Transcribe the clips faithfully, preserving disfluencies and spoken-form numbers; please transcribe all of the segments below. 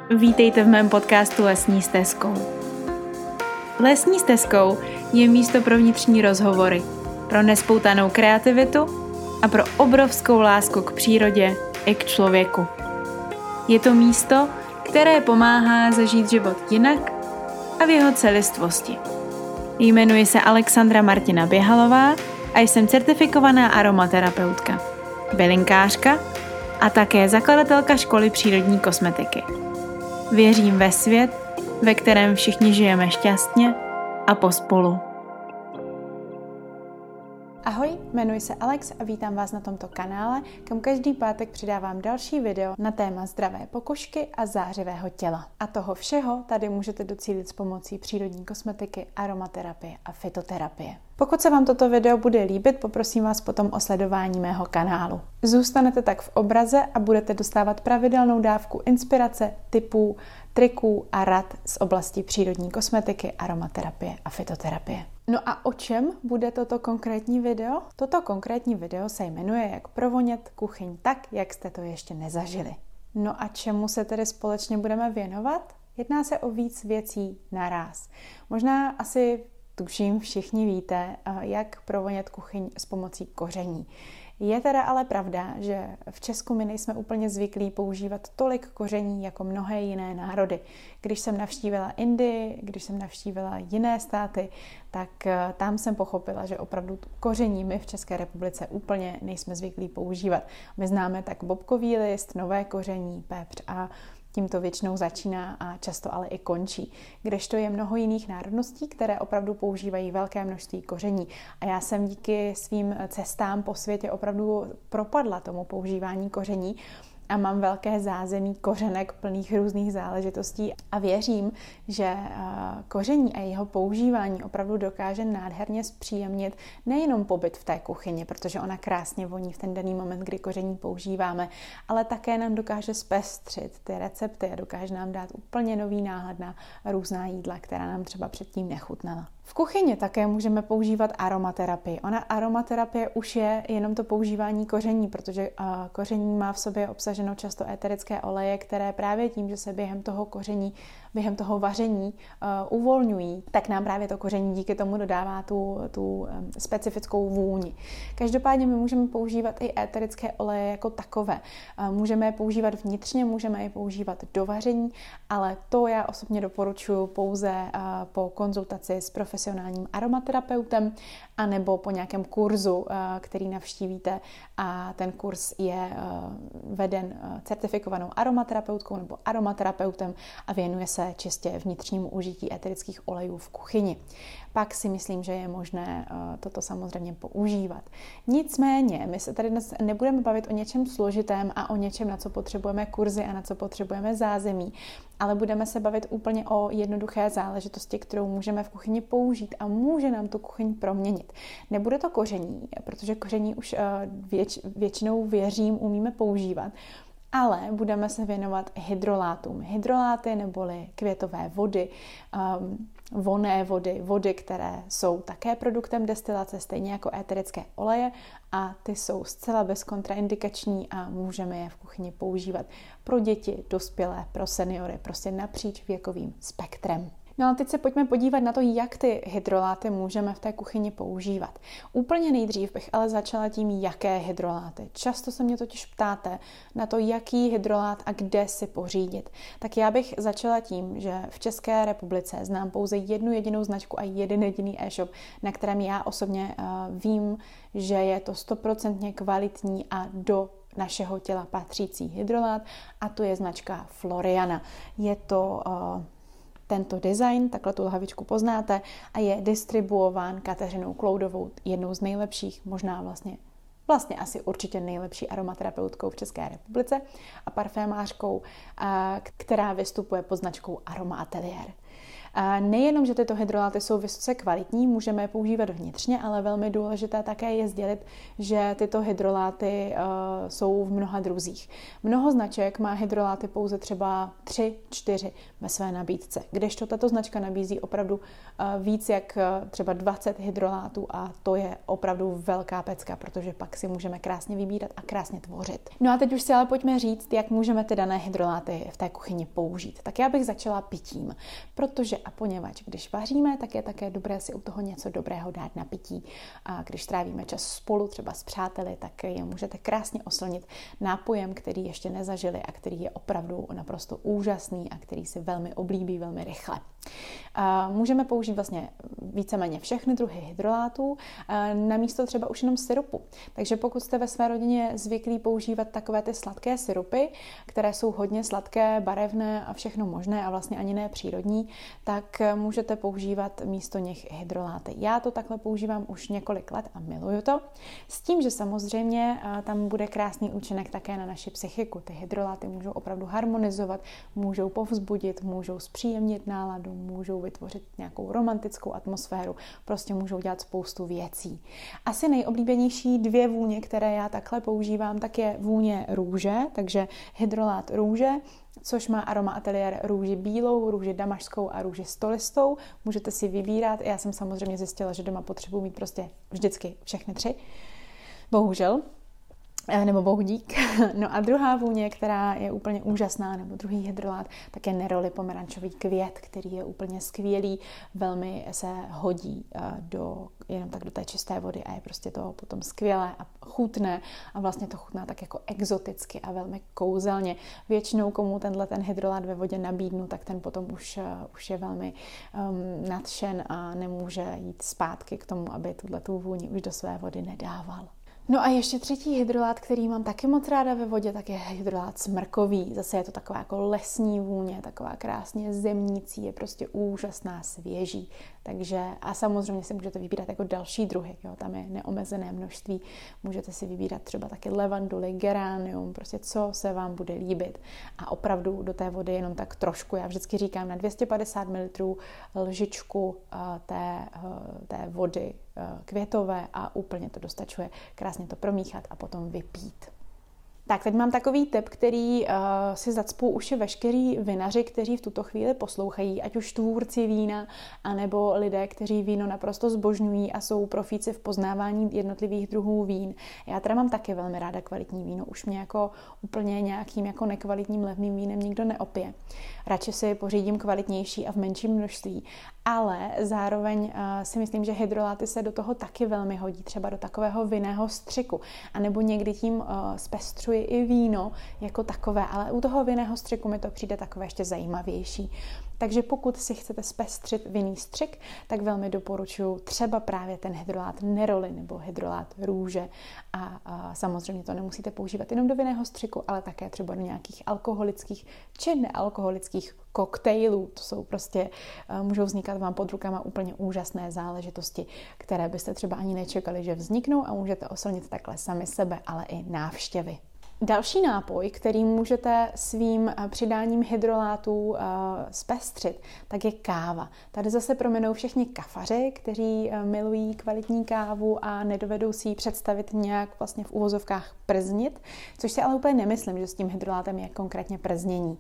Vítejte v mém podcastu Lesní stezkou. Lesní stezkou je místo pro vnitřní rozhovory, pro nespoutanou kreativitu a pro obrovskou lásku k přírodě i k člověku. Je to místo, které pomáhá zažít život jinak a v jeho celistvosti. Jmenuji se Alexandra Martina Běhalová a jsem certifikovaná aromaterapeutka, bylinkářka a také zakladatelka školy přírodní kosmetiky. Věřím ve svět, ve kterém všichni žijeme šťastně a pospolu. Ahoj, jmenuji se Alex a vítám vás na tomto kanále, kam každý pátek přidávám další video na téma zdravé pokožky a zářivého těla. A toho všeho tady můžete docílit s pomocí přírodní kosmetiky, aromaterapie a fytoterapie. Pokud se vám toto video bude líbit, poprosím vás potom o sledování mého kanálu. Zůstanete tak v obraze a budete dostávat pravidelnou dávku inspirace, tipů, triků a rad z oblasti přírodní kosmetiky, aromaterapie a fytoterapie. No a o čem bude toto konkrétní video? Toto konkrétní video se jmenuje Jak provonět kuchyň tak, jak jste to ještě nezažili. No a čemu se tedy společně budeme věnovat? Jedná se o víc věcí naráz. Možná asi tuším, všichni víte, jak provonět kuchyň s pomocí koření. Je teda ale pravda, že v Česku my nejsme úplně zvyklí používat tolik koření jako mnohé jiné národy. Když jsem navštívila Indii, když jsem navštívila jiné státy, tak tam jsem pochopila, že opravdu koření my v České republice úplně nejsme zvyklí používat. My známe tak bobkový list, nové koření, pepř a tím to většinou začíná a často ale i končí. Kdežto je mnoho jiných národností, které opravdu používají velké množství koření. A já jsem díky svým cestám po světě opravdu propadla tomu používání koření a mám velké zázemí kořenek plných různých záležitostí a věřím, že koření a jeho používání opravdu dokáže nádherně zpříjemnit nejenom pobyt v té kuchyni, protože ona krásně voní v ten daný moment, kdy koření používáme, ale také nám dokáže zpestřit ty recepty a dokáže nám dát úplně nový náhled na různá jídla, která nám třeba předtím nechutnala. V kuchyni také můžeme používat aromaterapii. Ona aromaterapie už je jenom to používání koření, protože uh, koření má v sobě obsaženo často éterické oleje, které právě tím, že se během toho koření, během toho vaření uh, uvolňují, tak nám právě to koření díky tomu dodává tu, tu um, specifickou vůni. Každopádně my můžeme používat i éterické oleje jako takové. Uh, můžeme je používat vnitřně, můžeme je používat do vaření, ale to já osobně doporučuji pouze uh, po konzultaci s profesionálním aromaterapeutem anebo po nějakém kurzu, který navštívíte a ten kurz je veden certifikovanou aromaterapeutkou nebo aromaterapeutem a věnuje se čistě vnitřnímu užití eterických olejů v kuchyni. Pak si myslím, že je možné toto samozřejmě používat. Nicméně, my se tady dnes nebudeme bavit o něčem složitém a o něčem, na co potřebujeme kurzy a na co potřebujeme zázemí, ale budeme se bavit úplně o jednoduché záležitosti, kterou můžeme v kuchyni použít a může nám tu kuchyň proměnit. Nebude to koření, protože koření už věč, většinou věřím, umíme používat, ale budeme se věnovat hydrolátům. Hydroláty neboli květové vody, um, vonné vody, vody, které jsou také produktem destilace, stejně jako éterické oleje a ty jsou zcela bezkontraindikační a můžeme je v kuchyni používat pro děti, dospělé, pro seniory, prostě napříč věkovým spektrem. No a teď se pojďme podívat na to, jak ty hydroláty můžeme v té kuchyni používat. Úplně nejdřív bych ale začala tím, jaké hydroláty. Často se mě totiž ptáte na to, jaký hydrolát a kde si pořídit. Tak já bych začala tím, že v České republice znám pouze jednu jedinou značku a jeden jediný e-shop, na kterém já osobně uh, vím, že je to stoprocentně kvalitní a do našeho těla patřící hydrolát a to je značka Floriana. Je to uh, Tento design, takhle tu lahvičku poznáte a je distribuován Kateřinou Kloudovou, jednou z nejlepších, možná vlastně, vlastně asi určitě nejlepší aromaterapeutkou v České republice a parfémářkou, která vystupuje pod značkou Aroma Atelier. A nejenom, že tyto hydroláty jsou vysoce kvalitní, můžeme je používat vnitřně, ale velmi důležité také je sdělit, že tyto hydroláty uh, jsou v mnoha druzích. Mnoho značek má hydroláty pouze třeba tři, čtyři ve své nabídce, kdežto tato značka nabízí opravdu uh, víc jak uh, třeba dvacet hydrolátů a to je opravdu velká pecka, protože pak si můžeme krásně vybírat a krásně tvořit. No a teď už si ale pojďme říct, jak můžeme ty dané hydroláty v té kuchyni použít. Tak já bych začala pitím, protože a poněvadž když vaříme, tak je také dobré si u toho něco dobrého dát na pití. A když trávíme čas spolu, třeba s přáteli, tak je můžete krásně oslnit nápojem, který ještě nezažili a který je opravdu naprosto úžasný a který si velmi oblíbí velmi rychle. A můžeme použít vlastně víceméně všechny druhy hydrolátů na místo třeba už jenom syrupu. Takže pokud jste ve své rodině zvyklí používat takové ty sladké syrupy, které jsou hodně sladké, barevné a všechno možné a vlastně ani ne přírodní, tak můžete používat místo nich hydroláty. Já to takhle používám už několik let a miluju to. S tím, že samozřejmě tam bude krásný účinek také na naši psychiku. Ty hydroláty můžou opravdu harmonizovat, můžou povzbudit, můžou zpříjemnit náladu, můžou vytvořit nějakou romantickou atmosféru, prostě můžou dělat spoustu věcí. Asi nejoblíbenější dvě vůně, které já takhle používám, tak je vůně růže, takže hydrolát růže, což má Aroma Atelier růži bílou, růži damašskou a růži stolistou. Můžete si vybírat. Já jsem samozřejmě zjistila, že doma potřebuji mít prostě vždycky všechny tři. Bohužel. Nebo bohu dík. No a druhá vůně, která je úplně úžasná, nebo druhý hydrolát, tak je neroli pomerančový květ, který je úplně skvělý, velmi se hodí do, jenom tak do té čisté vody a je prostě to potom skvělé a chutné a vlastně to chutná tak jako exoticky a velmi kouzelně. Většinou, komu tenhle ten hydrolát ve vodě nabídnu, tak ten potom už, už je velmi um, nadšen a nemůže jít zpátky k tomu, aby tuhletu vůni už do své vody nedával. No a ještě třetí hydrolát, který mám taky moc ráda ve vodě, tak je hydrolát smrkový. Zase je to taková jako lesní vůně, taková krásně zemnící, je prostě úžasná, svěží. Takže a samozřejmě si můžete vybírat jako další druhy, jo, tam je neomezené množství. Můžete si vybírat třeba taky levanduly, geranium, prostě co se vám bude líbit. A opravdu do té vody jenom tak trošku, já vždycky říkám na dvě stě padesát mililitrů lžičku té, té vody květové a úplně to dostačuje krásně to promíchat a potom vypít. Tak, teď mám takový tip, který uh, si zacpou uši veškerý vinaři, kteří v tuto chvíli poslouchají, ať už tvůrci vína, anebo lidé, kteří víno naprosto zbožňují a jsou profíci v poznávání jednotlivých druhů vín. Já teda mám taky velmi ráda kvalitní víno, už mě jako úplně nějakým jako nekvalitním levným vínem nikdo neopije. Radši si pořídím kvalitnější a v menším množství, ale zároveň uh, si myslím, že hydroláty se do toho taky velmi hodí, třeba do takového vinného střiku, anebo někdy tím uh, zpestřuji i víno jako takové, ale u toho vinného střiku mi to přijde takové ještě zajímavější. Takže pokud si chcete zpestřit vinný střik, tak velmi doporučuji třeba právě ten hydrolát neroli nebo hydrolát růže a, a samozřejmě to nemusíte používat jenom do vinného střiku, ale také třeba do nějakých alkoholických či nealkoholických koktejlů. To jsou prostě, můžou vznikat vám pod rukama úplně úžasné záležitosti, které byste třeba ani nečekali, že vzniknou a můžete oslnit takhle sami sebe, ale i návštěvy. Další nápoj, který můžete svým přidáním hydrolátů uh, zpestřit, tak je káva. Tady zase prominou všichni kafaři, kteří uh, milují kvalitní kávu a nedovedou si ji představit nějak vlastně v uvozovkách prznit, což si ale úplně nemyslím, že s tím hydrolátem je konkrétně prznění.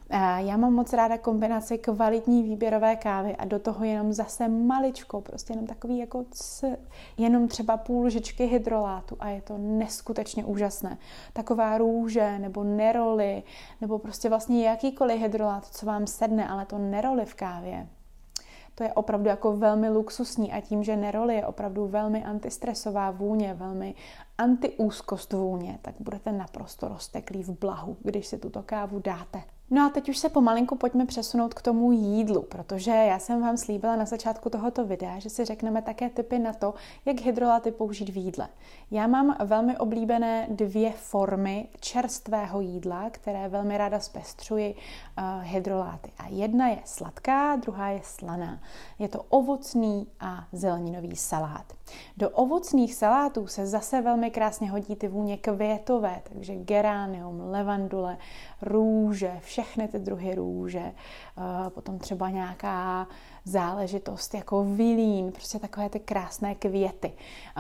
Já mám moc ráda kombinaci kvalitní výběrové kávy a do toho jenom zase maličko, prostě jenom takový jako c, jenom třeba půl lžičky hydrolátu a je to neskutečně úžasné. Taková růže nebo neroli, nebo prostě vlastně jakýkoliv hydrolát, co vám sedne, ale to neroli v kávě. To je opravdu jako velmi luxusní a tím, že neroli je opravdu velmi antistresová vůně, velmi antiúzkost vůně, tak budete naprosto rozteklí v blahu, když si tuto kávu dáte. No a teď už se pomalinku pojďme přesunout k tomu jídlu, protože já jsem vám slíbila na začátku tohoto videa, že si řekneme také tipy na to, jak hydroláty použít v jídle. Já mám velmi oblíbené dvě formy čerstvého jídla, které velmi ráda zpestřuji uh, hydroláty. A jedna je sladká, druhá je slaná. Je to ovocný a zeleninový salát. Do ovocných salátů se zase velmi krásně hodí ty vůně květové, takže geranium, levandule, růže, všechny ty druhy růže, potom třeba nějaká záležitost jako vilín, prostě takové ty krásné květy.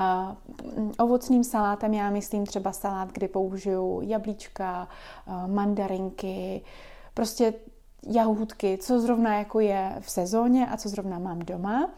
Ovocným salátem já myslím třeba salát, kdy použiju jablíčka, mandarinky, prostě jahůdky, co zrovna jako je v sezóně a co zrovna mám doma.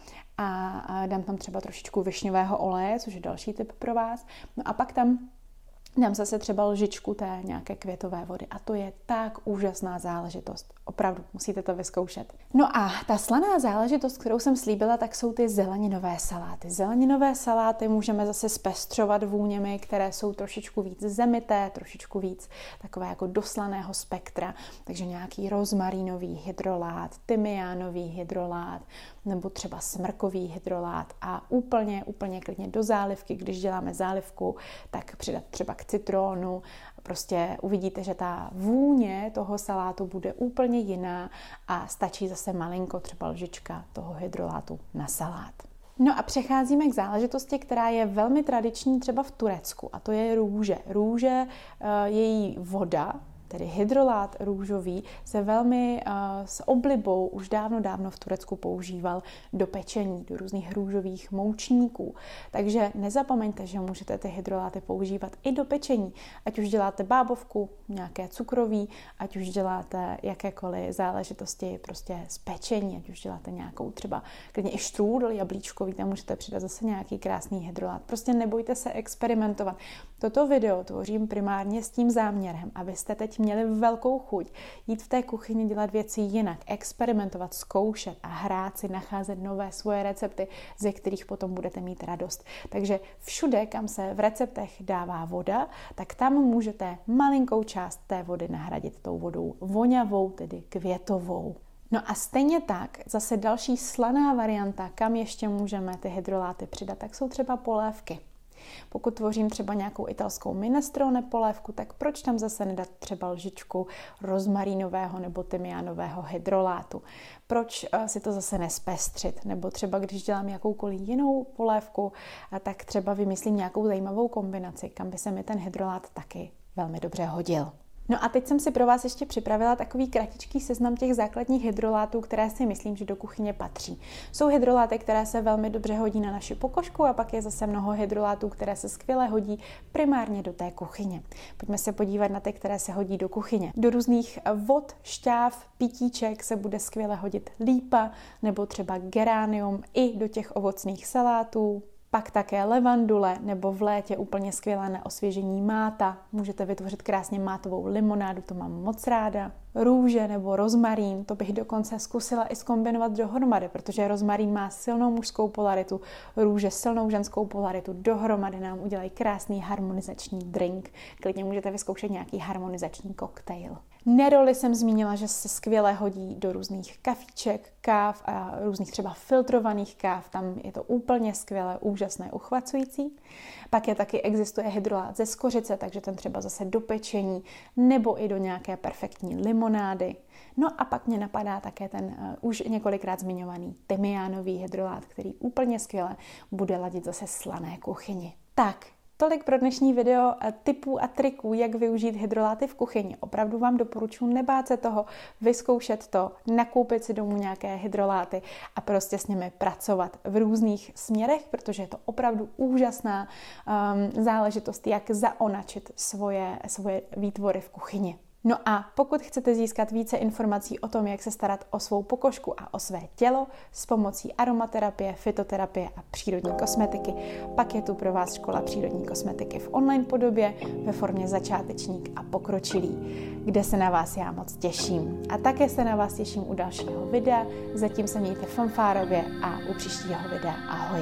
A dám tam třeba trošičku višňového oleje, což je další tip pro vás. No a pak tam dám zase třeba lžičku té nějaké květové vody a to je tak úžasná záležitost. Opravdu, musíte to vyzkoušet. No a ta slaná záležitost, kterou jsem slíbila, tak jsou ty zeleninové saláty. Zeleninové saláty můžeme zase zpestřovat vůněmi, které jsou trošičku víc zemité, trošičku víc takové jako do slaného spektra, takže nějaký rozmarínový hydrolát, tymiánový hydrolát, nebo třeba smrkový hydrolát a úplně, úplně klidně do zálivky, když děláme zálivku, tak přidat třeba k citrónu. Prostě uvidíte, že ta vůně toho salátu bude úplně jiná a stačí zase malinko, třeba lžička toho hydrolátu na salát. No a přecházíme k záležitosti, která je velmi tradiční třeba v Turecku a to je růže. Růže, její voda, tedy hydrolát růžový, se velmi uh, s oblibou už dávno, dávno v Turecku používal do pečení, do různých růžových moučníků. Takže nezapomeňte, že můžete ty hydroláty používat i do pečení. Ať už děláte bábovku, nějaké cukroví, ať už děláte jakékoliv záležitosti prostě z pečení, ať už děláte nějakou třeba klidně i štrůdl jablíčkový, tam můžete přidat zase nějaký krásný hydrolát. Prostě nebojte se experimentovat. Toto video tvořím primárně s tím záměrem, abyste teď měli velkou chuť jít v té kuchyni dělat věci jinak, experimentovat, zkoušet a hrát si, nacházet nové svoje recepty, ze kterých potom budete mít radost. Takže všude, kam se v receptech dává voda, tak tam můžete malinkou část té vody nahradit tou vodou voňavou, tedy květovou. No a stejně tak, zase další slaná varianta, kam ještě můžeme ty hydroláty přidat, tak jsou třeba polévky. Pokud tvořím třeba nějakou italskou minestrone polévku, tak proč tam zase nedat třeba lžičku rozmarínového nebo tymiánového hydrolátu? Proč si to zase nespestřit? Nebo třeba když dělám jakoukoliv jinou polévku, tak třeba vymyslím nějakou zajímavou kombinaci, kam by se mi ten hydrolát taky velmi dobře hodil. No a teď jsem si pro vás ještě připravila takový kratičký seznam těch základních hydrolátů, které si myslím, že do kuchyně patří. Jsou hydroláty, které se velmi dobře hodí na naši pokožku a pak je zase mnoho hydrolátů, které se skvěle hodí primárně do té kuchyně. Pojďme se podívat na ty, které se hodí do kuchyně. Do různých vod, šťáv, pitíček se bude skvěle hodit lípa nebo třeba geranium i do těch ovocných salátů. Pak také levandule nebo v létě úplně skvělá na osvěžení máta. Můžete vytvořit krásně mátovou limonádu, to mám moc ráda. Růže nebo rozmarín, to bych dokonce zkusila i zkombinovat dohromady, protože rozmarín má silnou mužskou polaritu, růže silnou ženskou polaritu, dohromady nám udělají krásný harmonizační drink. Klidně můžete vyzkoušet nějaký harmonizační koktejl. Neroli jsem zmínila, že se skvěle hodí do různých kafíček, káv a různých třeba filtrovaných káv. Tam je to úplně skvělé, úžasné, uchvacující. Pak je taky existuje hydrolát ze skořice, takže ten třeba zase do pečení nebo i do nějaké perfektní limonády. No a pak mě napadá také ten uh, už několikrát zmiňovaný tymiánový hydrolát, který úplně skvěle bude ladit zase slané kuchyni. Tak, tolik pro dnešní video tipů a triků, jak využít hydroláty v kuchyni. Opravdu vám doporučuji nebát se toho, vyzkoušet to, nakoupit si domů nějaké hydroláty a prostě s nimi pracovat v různých směrech, protože je to opravdu úžasná um, záležitost, jak zaonačit svoje, svoje výtvory v kuchyni. No a pokud chcete získat více informací o tom, jak se starat o svou pokožku a o své tělo s pomocí aromaterapie, fytoterapie a přírodní kosmetiky, pak je tu pro vás škola přírodní kosmetiky v online podobě ve formě začátečník a pokročilý, kde se na vás já moc těším. A také se na vás těším u dalšího videa, zatím se mějte fanfárově a u příštího videa ahoj.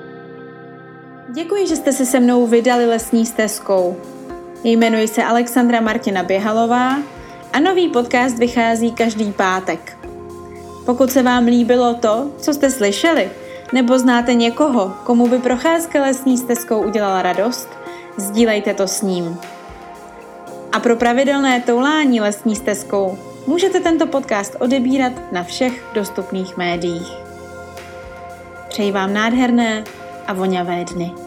Děkuji, že jste se se mnou vydali lesní stezkou. Jmenuji se Alexandra Martina Běhalová a nový podcast vychází každý pátek. Pokud se vám líbilo to, co jste slyšeli, nebo znáte někoho, komu by procházka lesní stezkou udělala radost, sdílejte to s ním. A pro pravidelné toulání lesní stezkou můžete tento podcast odebírat na všech dostupných médiích. Přeji vám nádherné a voňavé dny.